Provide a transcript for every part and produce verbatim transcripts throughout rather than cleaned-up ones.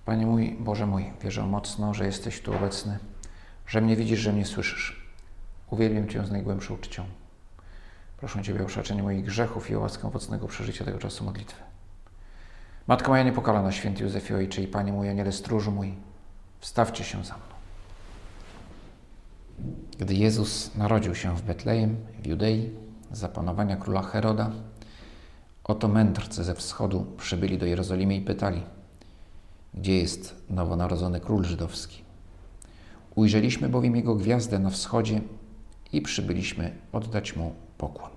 Panie mój, Boże mój, wierzę mocno, że jesteś tu obecny, że mnie widzisz, że mnie słyszysz. Uwielbiam Cię z najgłębszą uczcią. Proszę Ciebie o przebaczenie moich grzechów i o łaskę owocnego przeżycia tego czasu modlitwy. Matko moja niepokalana, święty Józefie Ojcze i Panie mój, Aniele stróżu mój, wstawcie się za mną. Gdy Jezus narodził się w Betlejem, w Judei, za panowania króla Heroda, oto mędrcy ze wschodu przybyli do Jerozolimy i pytali: gdzie jest nowonarodzony król żydowski? Ujrzeliśmy bowiem jego gwiazdę na wschodzie i przybyliśmy oddać mu pokłon.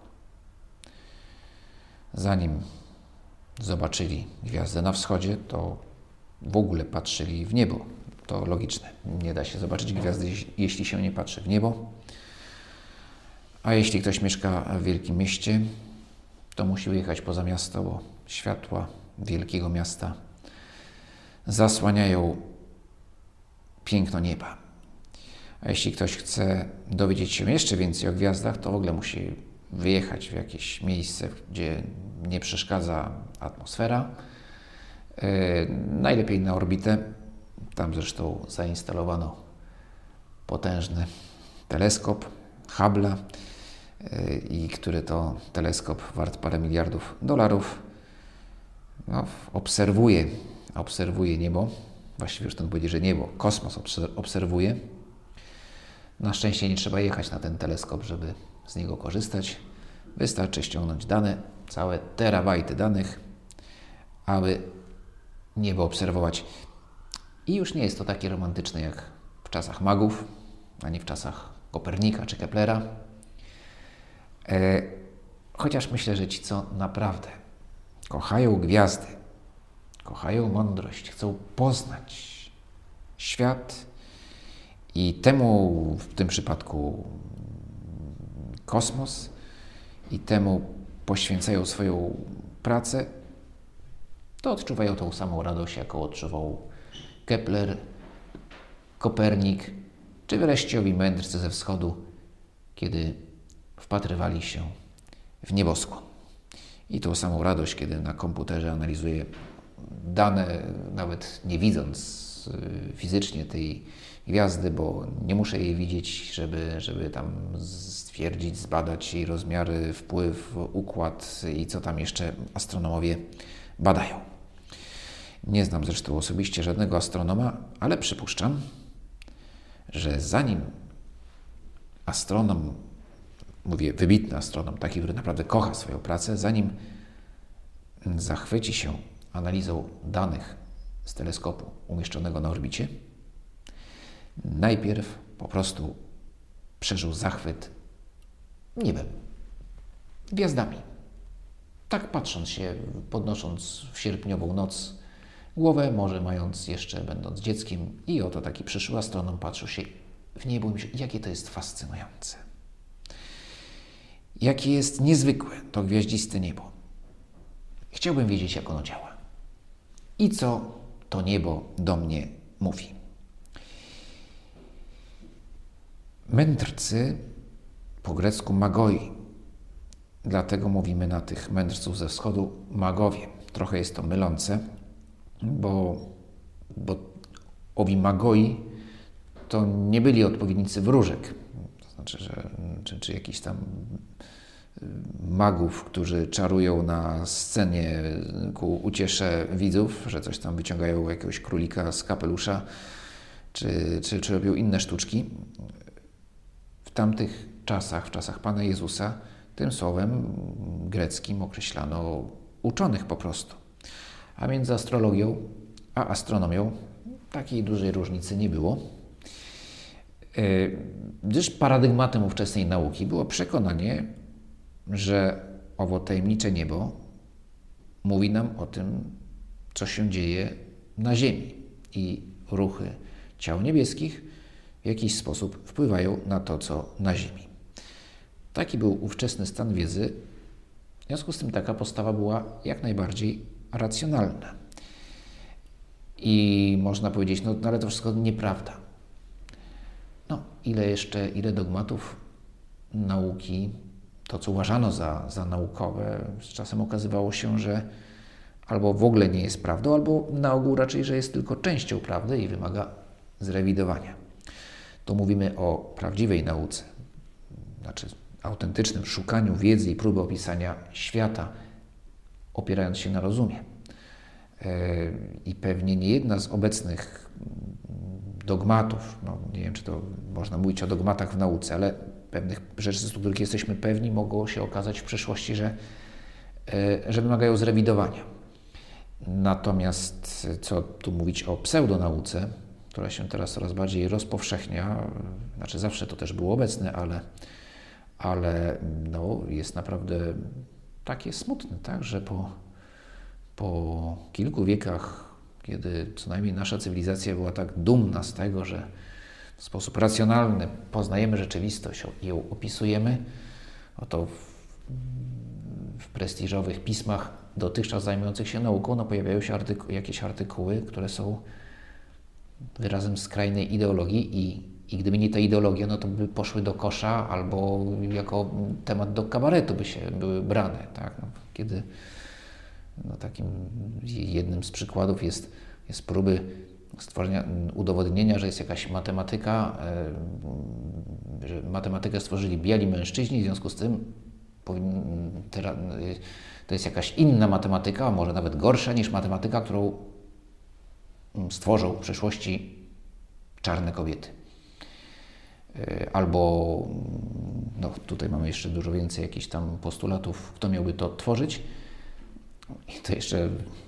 Zanim zobaczyli gwiazdę na wschodzie, to w ogóle patrzyli w niebo. To logiczne. Nie da się zobaczyć gwiazdy, jeśli się nie patrzy w niebo. A jeśli ktoś mieszka w wielkim mieście, to musi wyjechać poza miasto, bo światła wielkiego miasta zasłaniają piękno nieba. A jeśli ktoś chce dowiedzieć się jeszcze więcej o gwiazdach, to w ogóle musi wyjechać w jakieś miejsce, gdzie nie przeszkadza atmosfera. Yy, najlepiej na orbitę. Tam zresztą zainstalowano potężny teleskop Hubble'a, yy, i który to teleskop wart parę miliardów dolarów no, obserwuje, obserwuje niebo. Właściwie już to powiedzieć, że niebo, kosmos obserwuje. Na szczęście nie trzeba jechać na ten teleskop, żeby z niego korzystać. Wystarczy ściągnąć dane, całe terabajty danych, aby niebo obserwować. I już nie jest to takie romantyczne jak w czasach magów, ani w czasach Kopernika czy Keplera. E, chociaż myślę, że ci, co naprawdę kochają gwiazdy, kochają mądrość, chcą poznać świat i temu w tym przypadku kosmos i temu poświęcają swoją pracę, to odczuwają tą samą radość, jaką odczuwał Kepler, Kopernik, czy wreszcie owi mędrcy ze wschodu, kiedy wpatrywali się w nieboskłon. I tą samą radość, kiedy na komputerze analizuje dane, nawet nie widząc fizycznie tej gwiazdy, bo nie muszę jej widzieć, żeby, żeby tam stwierdzić, zbadać jej rozmiary, wpływ, układ i co tam jeszcze astronomowie badają. Nie znam zresztą osobiście żadnego astronoma, ale przypuszczam, że zanim astronom, mówię wybitny astronom, taki, który naprawdę kocha swoją pracę, zanim zachwyci się analizą danych z teleskopu umieszczonego na orbicie, najpierw po prostu przeżył zachwyt niebem, gwiazdami. Tak patrząc się, podnosząc w sierpniową noc głowę, może mając jeszcze, będąc dzieckiem, i oto taki przyszły astronom patrzył się w niebo i myślał, jakie to jest fascynujące. Jakie jest niezwykłe to gwiaździste niebo. Chciałbym wiedzieć, jak ono działa. I co to niebo do mnie mówi. Mędrcy, po grecku magoi, dlatego mówimy na tych mędrców ze wschodu magowie. Trochę jest to mylące, bo, bo owi magoi to nie byli odpowiednicy wróżek, to znaczy, że czy, czy jakiś tam magów, którzy czarują na scenie ku uciesze widzów, że coś tam wyciągają jakiegoś królika z kapelusza, czy, czy, czy robią inne sztuczki. W tamtych czasach, w czasach Pana Jezusa, tym słowem greckim określano uczonych po prostu. A między astrologią a astronomią takiej dużej różnicy nie było, gdyż paradygmatem ówczesnej nauki było przekonanie, że owo tajemnicze niebo mówi nam o tym, co się dzieje na Ziemi i ruchy ciał niebieskich w jakiś sposób wpływają na to, co na Ziemi. Taki był ówczesny stan wiedzy, w związku z tym taka postawa była jak najbardziej racjonalna. I można powiedzieć, no, no ale to wszystko nieprawda. No, ile jeszcze, ile dogmatów nauki, to co uważano za, za naukowe, z czasem okazywało się, że albo w ogóle nie jest prawdą, albo na ogół raczej, że jest tylko częścią prawdy i wymaga zrewidowania. To mówimy o prawdziwej nauce, znaczy autentycznym szukaniu wiedzy i próby opisania świata, opierając się na rozumie. I pewnie nie jedna z obecnych dogmatów, no nie wiem, czy to można mówić o dogmatach w nauce, ale pewnych rzeczy, z których jesteśmy pewni, mogło się okazać w przyszłości, że, że wymagają zrewidowania. Natomiast co tu mówić o pseudonauce, która się teraz coraz bardziej rozpowszechnia, znaczy zawsze to też było obecne, ale, ale no, jest naprawdę takie smutne, tak, że po, po kilku wiekach, kiedy co najmniej nasza cywilizacja była tak dumna z tego, że w sposób racjonalny poznajemy rzeczywistość i ją opisujemy, oto w, w prestiżowych pismach dotychczas zajmujących się nauką, no pojawiają się artyku- jakieś artykuły, które są wyrazem skrajnej ideologii i, i gdyby nie ta ideologia, no to by poszły do kosza albo jako temat do kabaretu by się były brane, tak? No, kiedy no, takim jednym z przykładów jest, jest próby stworzenia, udowodnienia, że jest jakaś matematyka, e, że matematykę stworzyli biali mężczyźni, w związku z tym powin, teraz, to jest jakaś inna matematyka, a może nawet gorsza niż matematyka, którą stworzą w przyszłości czarne kobiety. Albo, no tutaj mamy jeszcze dużo więcej jakichś tam postulatów, kto miałby to tworzyć. I to jeszcze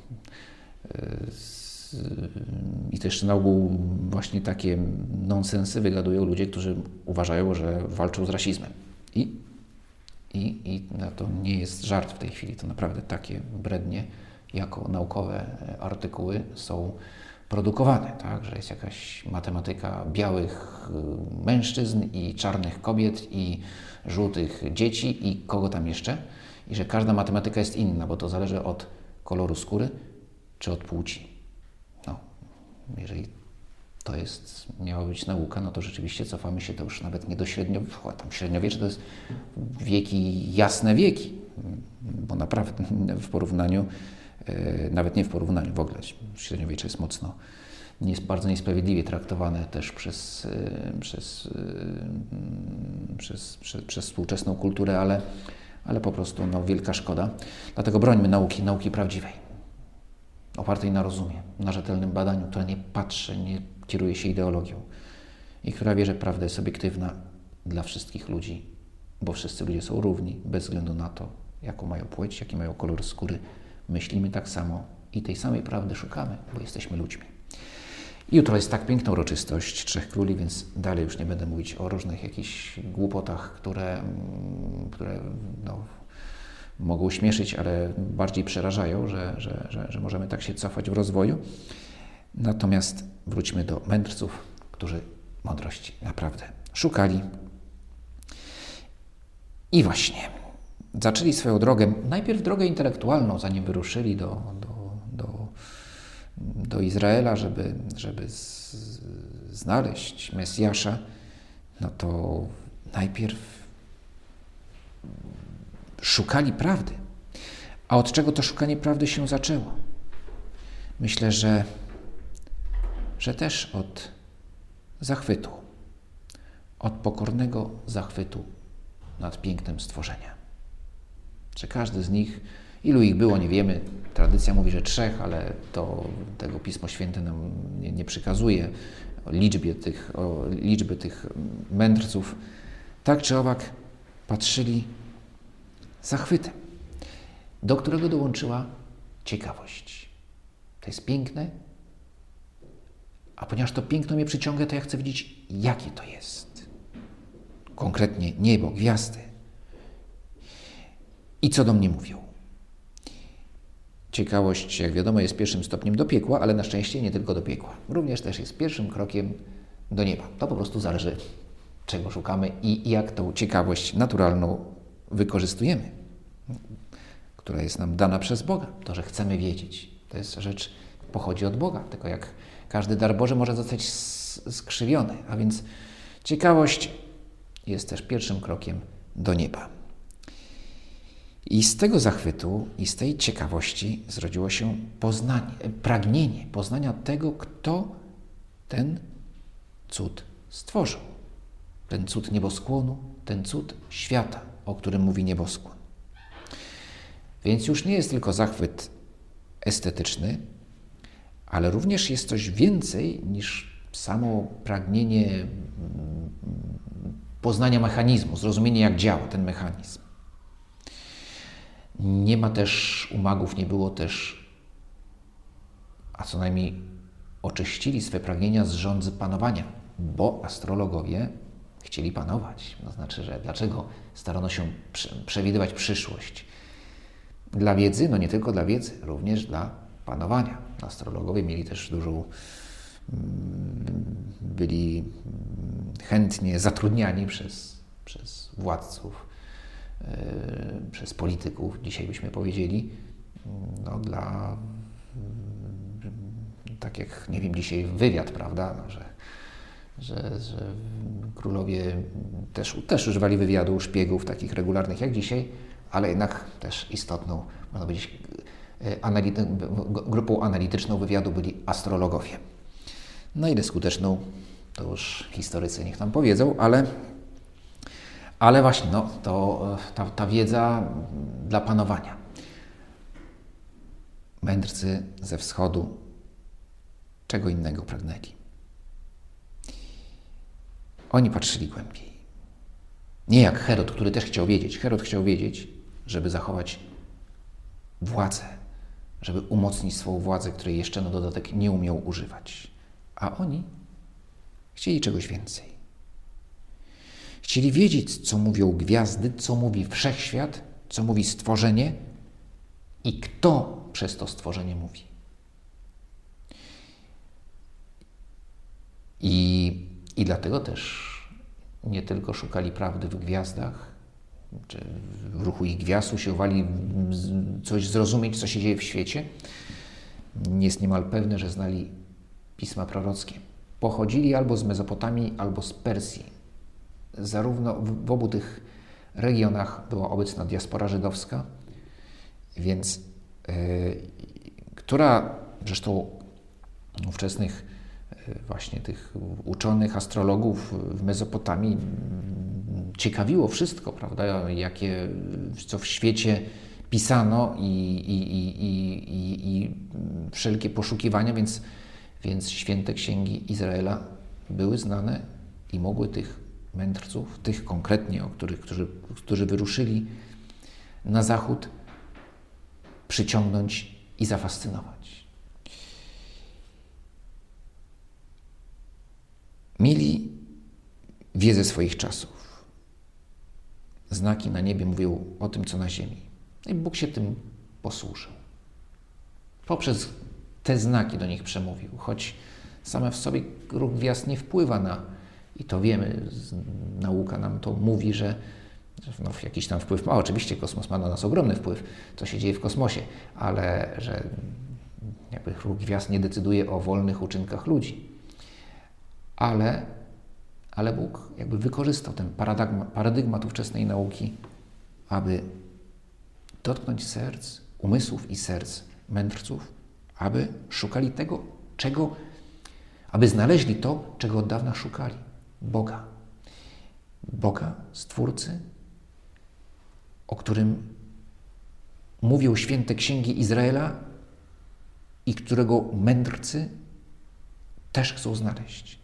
i to jeszcze na ogół właśnie takie nonsensy wygadują ludzie, którzy uważają, że walczą z rasizmem. I, i, i no to nie jest żart w tej chwili, to naprawdę takie brednie jako naukowe artykuły są produkowane, tak? Że jest jakaś matematyka białych mężczyzn i czarnych kobiet i żółtych dzieci i kogo tam jeszcze i że każda matematyka jest inna, bo to zależy od koloru skóry czy od płci. No, jeżeli to jest, miała być nauka, no to rzeczywiście cofamy się to już nawet nie do średniowieku, tam średniowiecze to jest wieki, jasne wieki, bo naprawdę w porównaniu, nawet nie w porównaniu, w ogóle średniowiecze jest mocno, jest bardzo niesprawiedliwie traktowane też przez, przez, przez, przez, przez współczesną kulturę, ale, ale po prostu no, wielka szkoda. Dlatego brońmy nauki, nauki prawdziwej, opartej na rozumie, na rzetelnym badaniu, która nie patrzy, nie kieruje się ideologią i która wie, że prawda jest obiektywna dla wszystkich ludzi, bo wszyscy ludzie są równi, bez względu na to, jaką mają płeć, jaki mają kolor skóry. Myślimy tak samo i tej samej prawdy szukamy, bo jesteśmy ludźmi. I jutro jest tak piękna uroczystość Trzech Króli, więc dalej już nie będę mówić o różnych jakichś głupotach, które, które no, mogą śmieszyć, ale bardziej przerażają, że, że, że, że możemy tak się cofać w rozwoju. Natomiast wróćmy do mędrców, którzy mądrości naprawdę szukali. I właśnie zaczęli swoją drogę, najpierw drogę intelektualną, zanim wyruszyli do, do, do, do Izraela, żeby, żeby z, znaleźć Mesjasza, no to najpierw szukali prawdy. A od czego to szukanie prawdy się zaczęło? Myślę, że, że też od zachwytu, od pokornego zachwytu nad pięknem stworzenia. Czy każdy z nich, ilu ich było, nie wiemy. Tradycja mówi, że trzech, ale to tego Pismo Święte nam nie, nie przykazuje o liczbie tych, o liczby tych mędrców. Tak czy owak patrzyli zachwytem, do którego dołączyła ciekawość. To jest piękne, a ponieważ to piękno mnie przyciąga, to ja chcę wiedzieć, jakie to jest. Konkretnie niebo, gwiazdy. I co do mnie mówią? Ciekawość, jak wiadomo, jest pierwszym stopniem do piekła, ale na szczęście nie tylko do piekła. Również też jest pierwszym krokiem do nieba. To po prostu zależy, czego szukamy i jak tą ciekawość naturalną wykorzystujemy, która jest nam dana przez Boga. To, że chcemy wiedzieć, to jest rzecz, pochodzi od Boga. Tylko jak każdy dar Boży może zostać skrzywiony. A więc ciekawość jest też pierwszym krokiem do nieba. I z tego zachwytu i z tej ciekawości zrodziło się poznanie, pragnienie poznania tego, kto ten cud stworzył. Ten cud nieboskłonu, ten cud świata, o którym mówi nieboskłon. Więc już nie jest tylko zachwyt estetyczny, ale również jest coś więcej niż samo pragnienie poznania mechanizmu, zrozumienia, jak działa ten mechanizm. Nie ma też u magów, nie było też, a co najmniej oczyścili swe pragnienia z żądzy panowania, bo astrologowie chcieli panować. To znaczy, że dlaczego starano się przewidywać przyszłość? Dla wiedzy, no nie tylko dla wiedzy, również dla panowania. Astrologowie mieli też dużą, byli chętnie zatrudniani przez, przez władców, przez polityków, dzisiaj byśmy powiedzieli, no dla, tak jak, nie wiem, dzisiaj wywiad, prawda, no, że, że, że królowie też, też używali wywiadu, szpiegów takich regularnych jak dzisiaj, ale jednak też istotną, można powiedzieć, anality, grupą analityczną wywiadu byli astrologowie. Na ile skuteczną, to już historycy niech nam powiedzą, ale Ale właśnie, no, to ta, ta wiedza dla panowania. Mędrcy ze wschodu czego innego pragnęli. Oni patrzyli głębiej. Nie jak Herod, który też chciał wiedzieć. Herod chciał wiedzieć, żeby zachować władzę, żeby umocnić swoją władzę, której jeszcze na dodatek nie umiał używać. A oni chcieli czegoś więcej. Chcieli wiedzieć, co mówią gwiazdy, co mówi wszechświat, co mówi stworzenie i kto przez to stworzenie mówi. I, i dlatego też nie tylko szukali prawdy w gwiazdach, czy w ruchu ich gwiazd, usiłowali coś zrozumieć, co się dzieje w świecie. Jest niemal pewne, że znali pisma prorockie. Pochodzili albo z Mezopotamii, albo z Persji. Zarówno w, w obu tych regionach była obecna diaspora żydowska, więc yy, która zresztą ówczesnych yy, właśnie tych uczonych, astrologów w Mezopotamii yy, ciekawiło wszystko, prawda, jakie, co w świecie pisano i, i, i, i, i, i wszelkie poszukiwania, więc, więc święte księgi Izraela były znane i mogły tych mędrców, tych konkretnie, o których, którzy, którzy wyruszyli na zachód, przyciągnąć i zafascynować. Mieli wiedzę swoich czasów. Znaki na niebie mówią o tym, co na ziemi. I Bóg się tym posłużył. Poprzez te znaki do nich przemówił, choć same w sobie ruch gwiazd nie wpływa na, i to wiemy, nauka nam to mówi, że no, jakiś tam wpływ ma. Oczywiście kosmos ma na nas ogromny wpływ, co się dzieje w kosmosie, ale że jakby ruch gwiazd nie decyduje o wolnych uczynkach ludzi. Ale, ale Bóg jakby wykorzystał ten paradygmat, paradygmat ówczesnej nauki, aby dotknąć serc, umysłów i serc mędrców, aby szukali tego, czego, aby znaleźli to, czego od dawna szukali. Boga. Boga, Stwórcy, o którym mówią święte księgi Izraela i którego mędrcy też chcą znaleźć.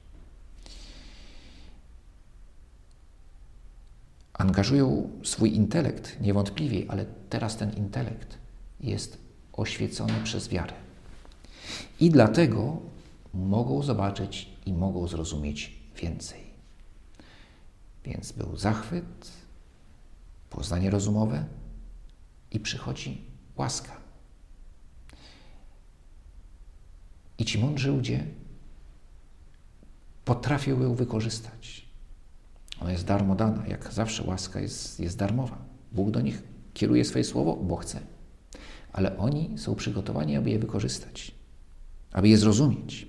Angażują swój intelekt, niewątpliwie, ale teraz ten intelekt jest oświecony przez wiarę. I dlatego mogą zobaczyć i mogą zrozumieć więcej. Więc był zachwyt, poznanie rozumowe i przychodzi łaska. I ci mądrzy ludzie potrafią ją wykorzystać. Ona jest darmo dana, jak zawsze łaska jest, jest darmowa. Bóg do nich kieruje swoje słowo, bo chce. Ale oni są przygotowani, aby je wykorzystać, aby je zrozumieć.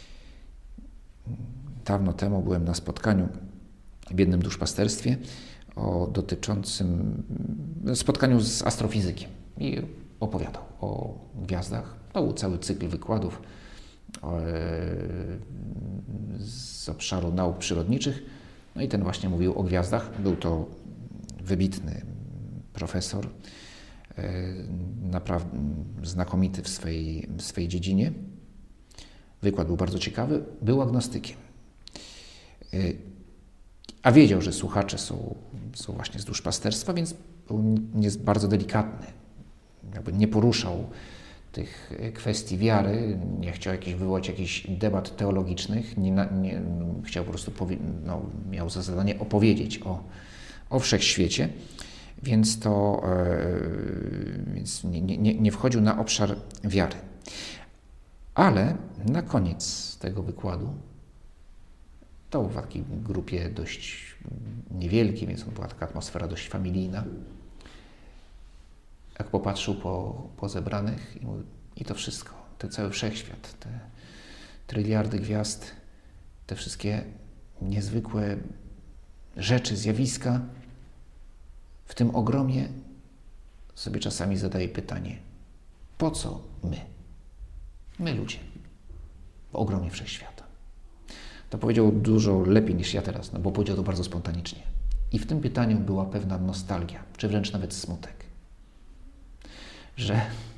Dawno temu byłem na spotkaniu w jednym duszpasterstwie. o dotyczącym spotkaniu z astrofizykiem i opowiadał o gwiazdach. To był cały cykl wykładów z obszaru nauk przyrodniczych. No i ten właśnie mówił o gwiazdach. Był to wybitny profesor, naprawdę znakomity w swej, w swej dziedzinie. Wykład był bardzo ciekawy. Był agnostykiem. A wiedział, że słuchacze są, są właśnie z duszpasterstwa, więc był nie, bardzo delikatny. Jakby nie poruszał tych kwestii wiary, nie chciał jakiś, wywołać jakichś debat teologicznych, nie, nie, chciał po prostu, powie, no, miał za zadanie opowiedzieć o, o wszechświecie, więc to yy, więc nie, nie, nie wchodził na obszar wiary. Ale na koniec tego wykładu, to był w takiej grupie dość niewielkiej, więc była taka atmosfera dość familijna, jak popatrzył po, po zebranych i, mówił, i to wszystko, ten cały wszechświat, te tryliardy gwiazd, te wszystkie niezwykłe rzeczy, zjawiska, w tym ogromie sobie czasami zadaje pytanie, po co my? My ludzie, w ogromie wszechświata. To powiedział dużo lepiej niż ja teraz, no bo powiedział to bardzo spontanicznie. I w tym pytaniu była pewna nostalgia, czy wręcz nawet smutek. Że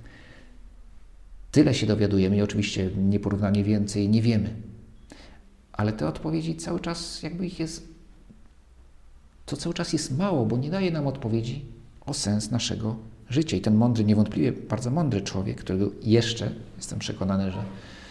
tyle się dowiadujemy i oczywiście nieporównanie więcej nie wiemy, ale te odpowiedzi cały czas jakby ich jest, to cały czas jest mało, bo nie daje nam odpowiedzi o sens naszego życia. I ten mądry, niewątpliwie bardzo mądry człowiek, którego jeszcze, jestem przekonany, że,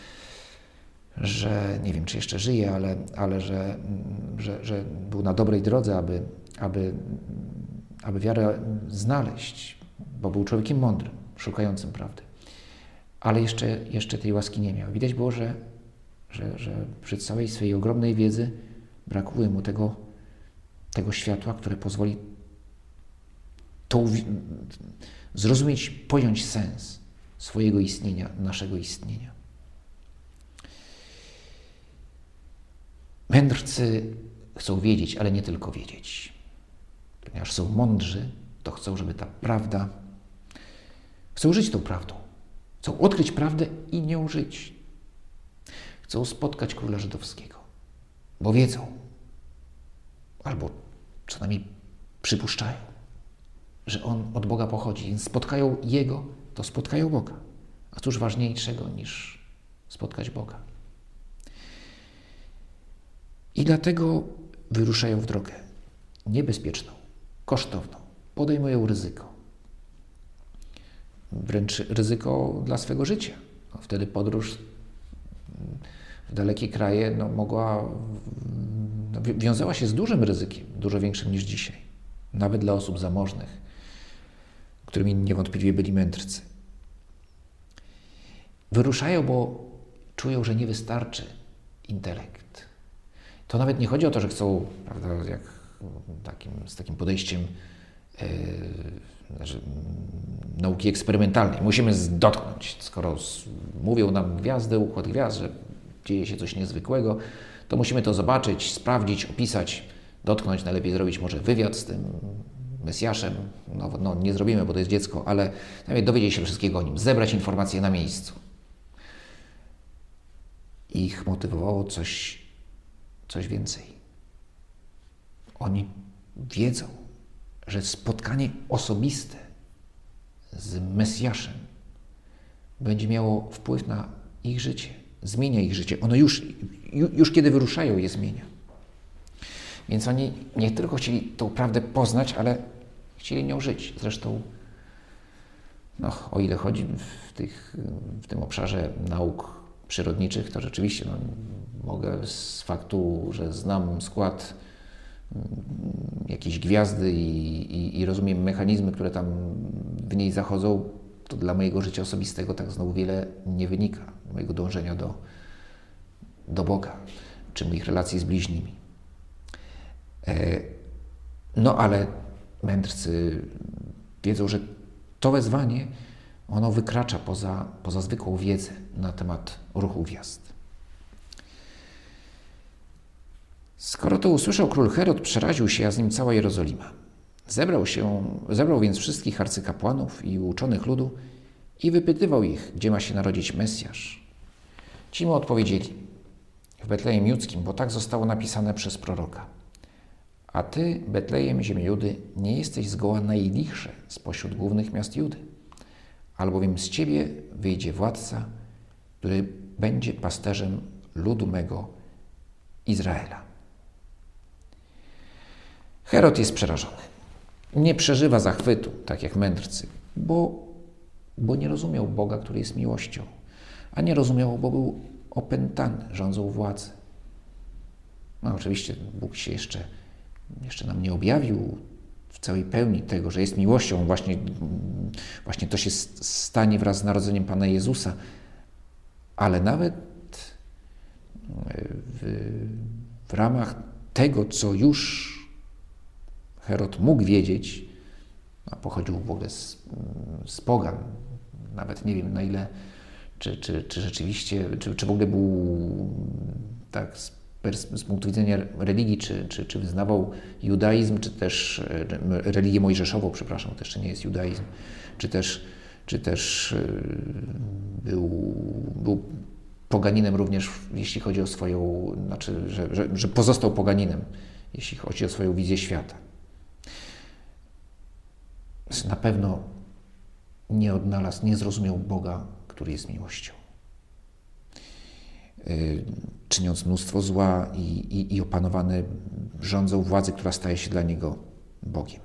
że nie wiem, czy jeszcze żyje, ale, ale że, że, że był na dobrej drodze, aby, aby, aby wiarę znaleźć, bo był człowiekiem mądrym, szukającym prawdy. Ale jeszcze, jeszcze tej łaski nie miał. Widać było, że, że, że przy całej swojej ogromnej wiedzy brakuje mu tego, tego światła, które pozwoli to zrozumieć, pojąć sens swojego istnienia, naszego istnienia. Mędrcy chcą wiedzieć, ale nie tylko wiedzieć. Ponieważ są mądrzy, to chcą, żeby ta prawda, chcą żyć tą prawdą. Chcą odkryć prawdę i nią żyć. Chcą spotkać króla żydowskiego, bo wiedzą, albo co najmniej przypuszczają, że on od Boga pochodzi, więc spotkają Jego, to spotkają Boga. A cóż ważniejszego niż spotkać Boga? I dlatego wyruszają w drogę niebezpieczną, kosztowną, podejmują ryzyko. Wręcz ryzyko dla swego życia. No, wtedy podróż w dalekie kraje no, mogła, no, wiązała się z dużym ryzykiem, dużo większym niż dzisiaj. Nawet dla osób zamożnych, którymi niewątpliwie byli mędrcy. Wyruszają, bo czują, że nie wystarczy intelekt. To nawet nie chodzi o to, że chcą, prawda, jak takim, z takim podejściem yy, znaczy, nauki eksperymentalnej. Musimy dotknąć. Skoro mówią nam gwiazdy, układ gwiazd, że dzieje się coś niezwykłego, to musimy to zobaczyć, sprawdzić, opisać, dotknąć. Najlepiej zrobić może wywiad z tym Mesjaszem. No, no nie zrobimy, bo to jest dziecko, ale nawet dowiedzieć się wszystkiego o nim, zebrać informacje na miejscu. Ich motywowało coś, coś więcej. Oni wiedzą, że spotkanie osobiste z Mesjaszem będzie miało wpływ na ich życie, zmienia ich życie. Ono już, już kiedy wyruszają, je zmienia. Więc oni nie tylko chcieli tą prawdę poznać, ale chcieli nią żyć. Zresztą, no, o ile chodzi w, tych, w tym obszarze nauk przyrodniczych, to rzeczywiście no, mogę z faktu, że znam skład jakiejś gwiazdy i, i, i rozumiem mechanizmy, które tam w niej zachodzą, to dla mojego życia osobistego tak znowu wiele nie wynika. Mojego dążenia do, do Boga, czy moich relacji z bliźnimi. No ale mędrcy wiedzą, że to wezwanie, ono wykracza poza, poza zwykłą wiedzę na temat ruchu gwiazd. Skoro to usłyszał król Herod, przeraził się, a z nim cała Jerozolima. Zebrał się, zebrał więc wszystkich arcykapłanów i uczonych ludu i wypytywał ich, gdzie ma się narodzić Mesjasz. Ci mu odpowiedzieli: w Betlejem Judzkim, bo tak zostało napisane przez proroka. A ty, Betlejem, ziemi Judy, nie jesteś zgoła najlichsze spośród głównych miast Judy, albowiem z ciebie wyjdzie władca, który będzie pasterzem ludu mego Izraela. Herod jest przerażony. Nie przeżywa zachwytu, tak jak mędrcy, bo, bo nie rozumiał Boga, który jest miłością, a nie rozumiał, bo był opętany rządzą władzy. No oczywiście Bóg się jeszcze, jeszcze nam nie objawił w całej pełni tego, że jest miłością. Właśnie, właśnie to się stanie wraz z narodzeniem Pana Jezusa, ale nawet w, w ramach tego, co już Herod mógł wiedzieć, a pochodził w ogóle z, z pogan, nawet nie wiem na ile, czy, czy, czy rzeczywiście, czy, czy w ogóle był tak z, z punktu widzenia religii, czy, czy, czy wyznawał judaizm, czy też religię mojżeszową, przepraszam, to jeszcze nie jest judaizm, czy też, czy też był, był poganinem również, jeśli chodzi o swoją, znaczy, że, że, że pozostał poganinem, jeśli chodzi o swoją wizję świata. Na pewno nie odnalazł, nie zrozumiał Boga, który jest miłością. Yy, czyniąc mnóstwo zła i, i, i opanowany rządzą władzy, która staje się dla niego Bogiem.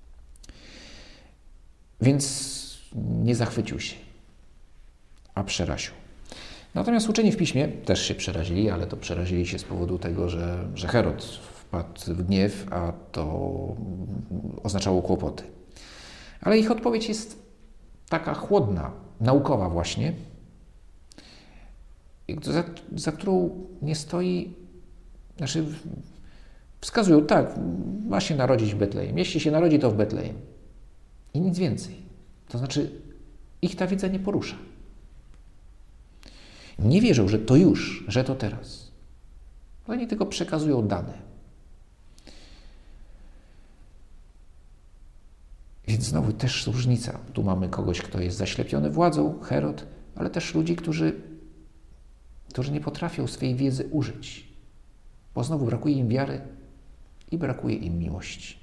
Więc nie zachwycił się, a przeraził. Natomiast uczeni w Piśmie też się przerazili, ale to przerazili się z powodu tego, że, że Herod wpadł w gniew, a to oznaczało kłopoty. Ale ich odpowiedź jest taka chłodna, naukowa właśnie, za, za którą nie stoi, znaczy wskazują, tak, ma się narodzić w Betlejem. Jeśli się narodzi, to w Betlejem. I nic więcej. To znaczy ich ta wiedza nie porusza. Nie wierzą, że to już, że to teraz. Oni tylko przekazują dane. Więc znowu też różnica. Tu mamy kogoś, kto jest zaślepiony władzą, Herod, ale też ludzi, którzy, którzy nie potrafią swojej wiedzy użyć. Bo znowu brakuje im wiary i brakuje im miłości.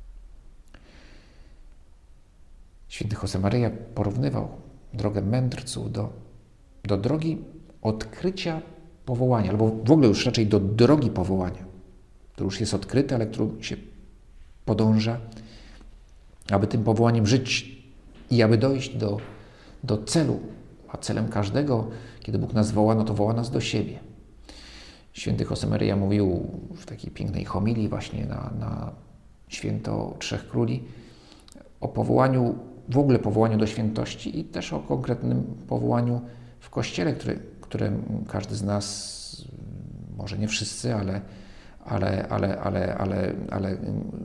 Święty Josemaria porównywał drogę mędrców do, do drogi odkrycia powołania, albo w ogóle już raczej do drogi powołania, które już jest odkryte, ale którą się podąża, aby tym powołaniem żyć i aby dojść do, do celu. A celem każdego, kiedy Bóg nas woła, no to woła nas do siebie. Święty Josemaria mówił w takiej pięknej homilii właśnie na, na święto Trzech Króli o powołaniu, w ogóle powołaniu do świętości i też o konkretnym powołaniu w Kościele, które, które każdy z nas, może nie wszyscy, ale, ale, ale, ale, ale, ale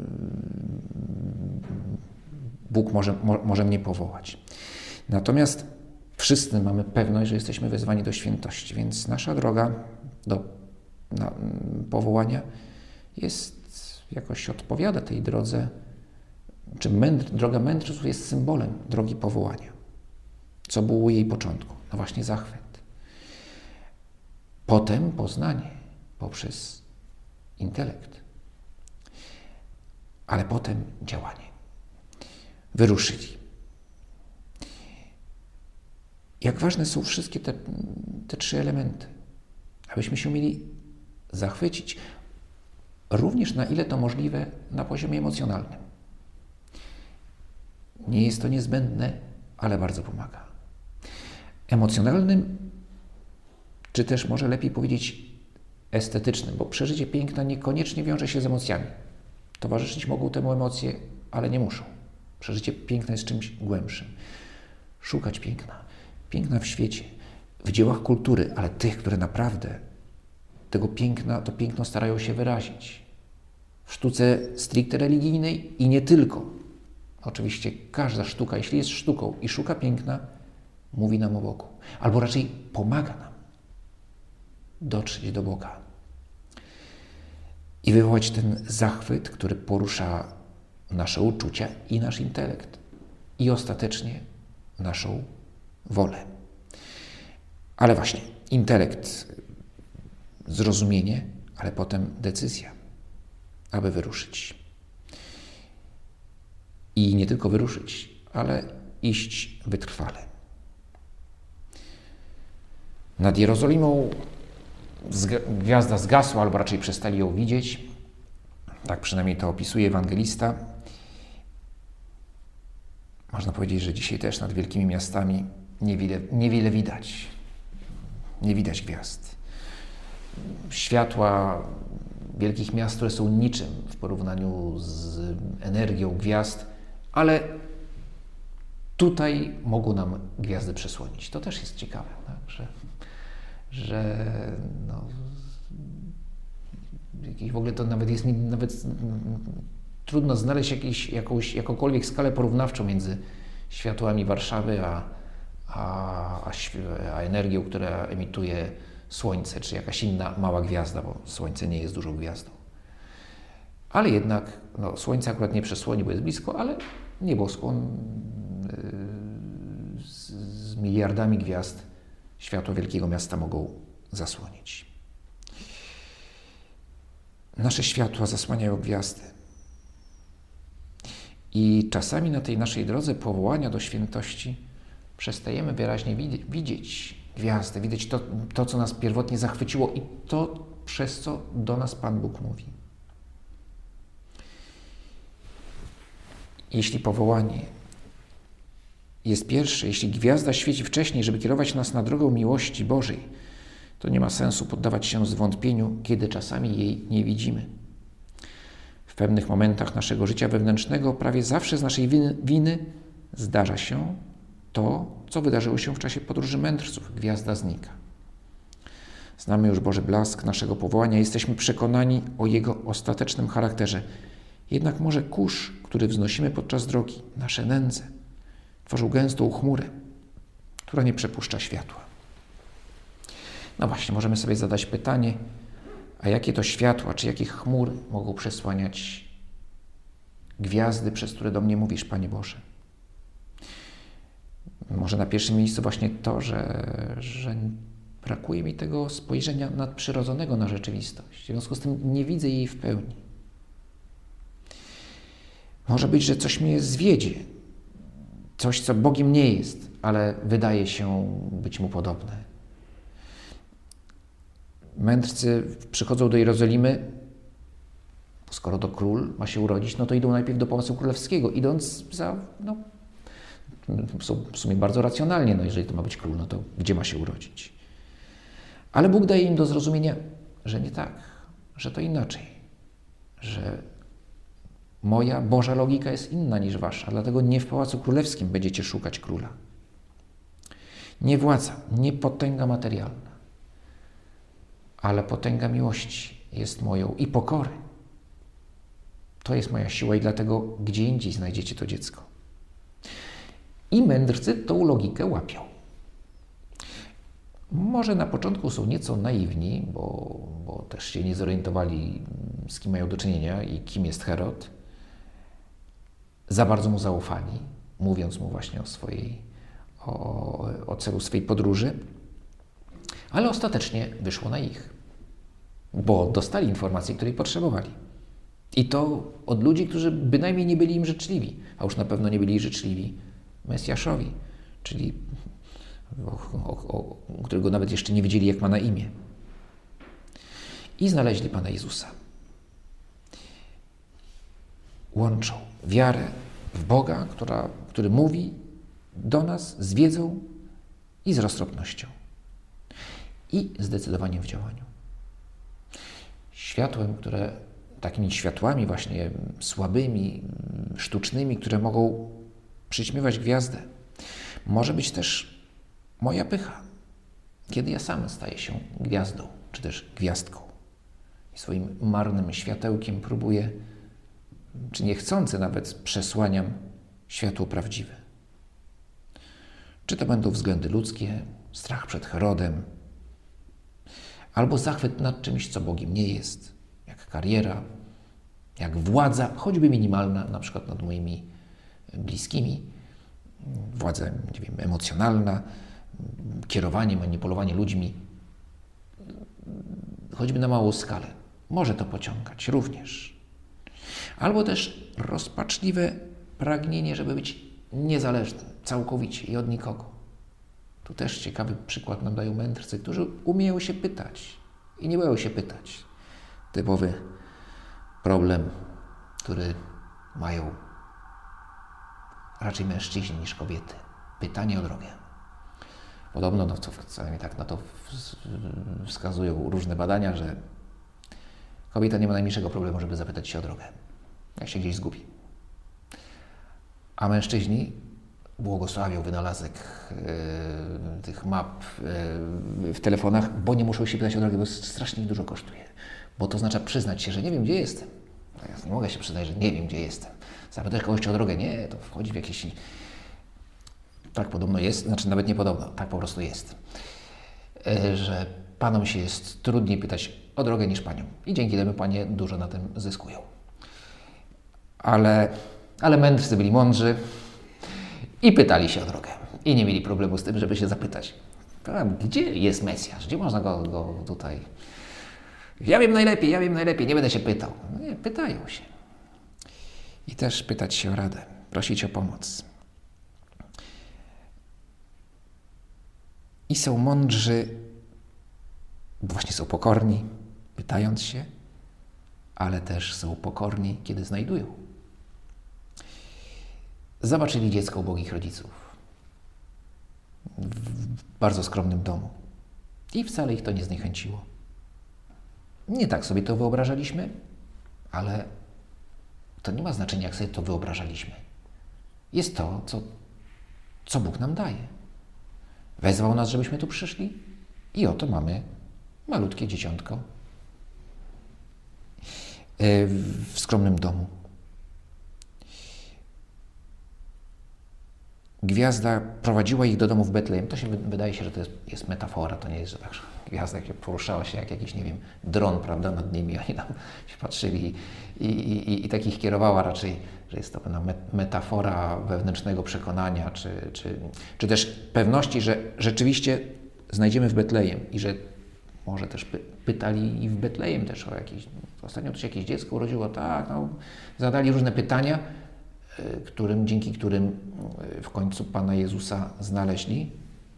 Bóg może, może mnie powołać. Natomiast wszyscy mamy pewność, że jesteśmy wezwani do świętości, więc nasza droga do na, powołania jest, jakoś odpowiada tej drodze, czy mędr, droga mędrców jest symbolem drogi powołania. Co było u jej początku? No właśnie zachwyt. Potem poznanie poprzez intelekt, ale potem działanie. Wyruszyli. Jak ważne są wszystkie te, te trzy elementy, abyśmy się mieli zachwycić, również na ile to możliwe na poziomie emocjonalnym. Nie jest to niezbędne, ale bardzo pomaga. Emocjonalnym, czy też może lepiej powiedzieć estetycznym, bo przeżycie piękna niekoniecznie wiąże się z emocjami. Towarzyszyć mogą temu emocje, ale nie muszą. Przeżycie piękna jest czymś głębszym. Szukać piękna. Piękna w świecie, w dziełach kultury, ale tych, które naprawdę tego piękna, to piękno starają się wyrazić. W sztuce stricte religijnej i nie tylko. Oczywiście każda sztuka, jeśli jest sztuką i szuka piękna, mówi nam o Bogu. Albo raczej pomaga nam dotrzeć do Boga. i wywołać ten zachwyt, który porusza nasze uczucia i nasz intelekt i ostatecznie naszą wolę. Ale właśnie, intelekt, zrozumienie, ale potem decyzja, aby wyruszyć. I nie tylko wyruszyć, ale iść wytrwale. Nad Jerozolimą gwiazda zgasła, albo raczej przestali ją widzieć. Tak przynajmniej to opisuje ewangelista. Można powiedzieć, że dzisiaj też nad wielkimi miastami niewiele, niewiele widać. Nie widać gwiazd. Światła wielkich miast, które są niczym w porównaniu z energią gwiazd, ale tutaj mogą nam gwiazdy przesłonić. To też jest ciekawe, tak? że, że no, w ogóle to nawet jest nawet trudno znaleźć jakiś, jakąś, jakąkolwiek skalę porównawczą między światłami Warszawy a, a, a, a energią, która emituje Słońce, czy jakaś inna mała gwiazda, bo Słońce nie jest dużą gwiazdą. Ale jednak no, Słońce akurat nie przesłoni, bo jest blisko, ale nieboskłon yy, z, z miliardami gwiazd światło wielkiego miasta mogą zasłonić. Nasze światła zasłaniają gwiazdy. I czasami na tej naszej drodze powołania do świętości przestajemy wyraźnie widzieć gwiazdy, widzieć to, to, co nas pierwotnie zachwyciło i to, przez co do nas Pan Bóg mówi. Jeśli powołanie jest pierwsze, jeśli gwiazda świeci wcześniej, żeby kierować nas na drogę miłości Bożej, to nie ma sensu poddawać się zwątpieniu, kiedy czasami jej nie widzimy. W pewnych momentach naszego życia wewnętrznego prawie zawsze z naszej winy, winy zdarza się to, co wydarzyło się w czasie podróży mędrców. Gwiazda znika. Znamy już Boży blask naszego powołania, jesteśmy przekonani o jego ostatecznym charakterze. Jednak może kurz, który wznosimy podczas drogi, nasze nędze, tworzył gęstą chmurę, która nie przepuszcza światła. No właśnie, możemy sobie zadać pytanie, a jakie to światła, czy jakie chmury mogą przesłaniać gwiazdy, przez które do mnie mówisz, Panie Boże? Może na pierwszym miejscu właśnie to, że, że brakuje mi tego spojrzenia nadprzyrodzonego na rzeczywistość. W związku z tym nie widzę jej w pełni. Może być, że coś mnie zwiedzie, coś, co Bogiem nie jest, ale wydaje się być Mu podobne. Mędrcy przychodzą do Jerozolimy, bo skoro to król ma się urodzić, no to idą najpierw do Pałacu Królewskiego, idąc za, no, są w sumie bardzo racjonalnie, no jeżeli to ma być król, no to gdzie ma się urodzić? Ale Bóg daje im do zrozumienia, że nie tak, że to inaczej, że moja Boża logika jest inna niż wasza, dlatego nie w Pałacu Królewskim będziecie szukać króla. Nie władza, nie potęga materialna, ale potęga miłości jest moją i pokory. To jest moja siła i dlatego gdzie indziej znajdziecie to dziecko. I mędrcy tą logikę łapią. Może na początku są nieco naiwni, bo, bo też się nie zorientowali, z kim mają do czynienia i kim jest Herod. Za bardzo mu zaufali, mówiąc mu właśnie o swojej, o, o celu swojej podróży. Ale ostatecznie wyszło na ich, bo dostali informację, której potrzebowali. I to od ludzi, którzy bynajmniej nie byli im życzliwi, a już na pewno nie byli życzliwi Mesjaszowi, czyli o, o, o, którego nawet jeszcze nie wiedzieli, jak ma na imię. I znaleźli Pana Jezusa. Łączą wiarę w Boga, która, który mówi do nas z wiedzą i z roztropnością. I zdecydowaniem w działaniu. Światłem, które, takimi światłami właśnie słabymi, sztucznymi, które mogą przyćmiewać gwiazdę, może być też moja pycha, kiedy ja sam staję się gwiazdą, czy też gwiazdką. I swoim marnym światełkiem próbuję, czy niechcący nawet przesłaniam światło prawdziwe. Czy to będą względy ludzkie, strach przed Herodem, albo zachwyt nad czymś, co Bogiem nie jest, jak kariera, jak władza, choćby minimalna, na przykład nad moimi bliskimi, władza, nie wiem, emocjonalna, kierowanie, manipulowanie ludźmi, choćby na małą skalę. Może to pociągać również. Albo też rozpaczliwe pragnienie, żeby być niezależnym całkowicie i od nikogo. Tu też ciekawy przykład nam dają mędrcy, którzy umieją się pytać i nie boją się pytać. Typowy problem, który mają raczej mężczyźni niż kobiety. Pytanie o drogę. Podobno, no co wcale tak na to wskazują różne badania, że kobieta nie ma najmniejszego problemu, żeby zapytać się o drogę, jak się gdzieś zgubi. A mężczyźni błogosławią wynalazek yy, tych map yy, w telefonach, bo nie muszą się pytać o drogę, bo strasznie dużo kosztuje. Bo to oznacza przyznać się, że nie wiem, gdzie jestem. No ja nie mogę się przyznać, że nie wiem, gdzie jestem. Zapytać kogoś o drogę, nie, to wchodzi w jakieś... Tak podobno jest, znaczy nawet nie podobno, tak po prostu jest. Yy, że panom się jest trudniej pytać o drogę niż paniom. I dzięki temu panie dużo na tym zyskują. Ale, ale mędrcy byli mądrzy i pytali się o drogę. I nie mieli problemu z tym, żeby się zapytać. Gdzie jest Mesjasz? Gdzie można go, go tutaj... Ja wiem najlepiej, ja wiem najlepiej, nie będę się pytał. No nie, pytają się. I też pytać się o radę, prosić o pomoc. I są mądrzy, bo właśnie są pokorni, pytając się, ale też są pokorni, kiedy znajdują. Zobaczyli dziecko ubogich rodziców w bardzo skromnym domu i wcale ich to nie zniechęciło. Nie tak sobie to wyobrażaliśmy, ale to nie ma znaczenia, jak sobie to wyobrażaliśmy. Jest to, co, co Bóg nam daje. Wezwał nas, żebyśmy tu przyszli i oto mamy malutkie dzieciątko w skromnym domu. Gwiazda prowadziła ich do domu w Betlejem. To się wydaje się, że to jest, jest metafora, to nie jest, że tak, że gwiazda poruszała się jak jakiś, nie wiem, dron, prawda, nad nimi. Oni tam się patrzyli i, i, i, i tak ich kierowała raczej, że jest to pewna metafora wewnętrznego przekonania, czy, czy, czy też pewności, że rzeczywiście znajdziemy w Betlejem i że może też py, pytali i w Betlejem też o jakieś, ostatnio tu się jakieś dziecko urodziło, tak, no, zadali różne pytania, którym, dzięki którym w końcu Pana Jezusa znaleźli.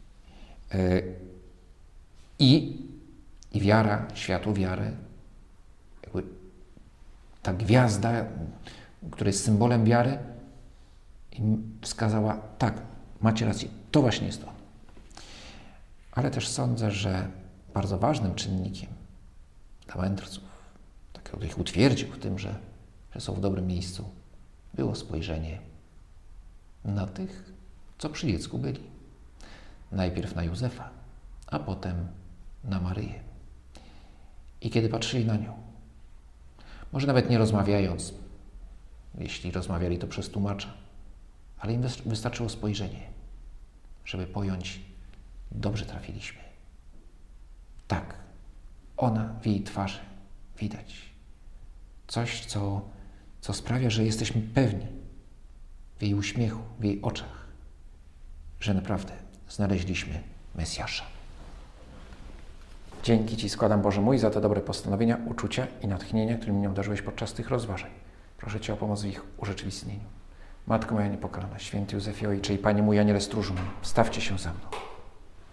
I, i wiara, światło wiary, jakby ta gwiazda, która jest symbolem wiary, im wskazała, tak, macie rację, to właśnie jest to. Ale też sądzę, że bardzo ważnym czynnikiem dla mędrców, tak jakby ich utwierdził w tym, że, że są w dobrym miejscu, było spojrzenie na tych, co przy dziecku byli. Najpierw na Józefa, a potem na Maryję. I kiedy patrzyli na nią, może nawet nie rozmawiając, jeśli rozmawiali to przez tłumacza, ale im wystarczyło spojrzenie, żeby pojąć, dobrze trafiliśmy. Tak, ona w jej twarzy widać coś, co co sprawia, że jesteśmy pewni w jej uśmiechu, w jej oczach, że naprawdę znaleźliśmy Mesjasza. Dzięki Ci składam, Boże mój, za te dobre postanowienia, uczucia i natchnienia, którymi mnie obdarzyłeś podczas tych rozważań. Proszę Cię o pomoc w ich urzeczywistnieniu. Matko moja niepokalana, święty Józefie Ojcze i Panie mój Aniele Stróżu mój, stawcie się za mną.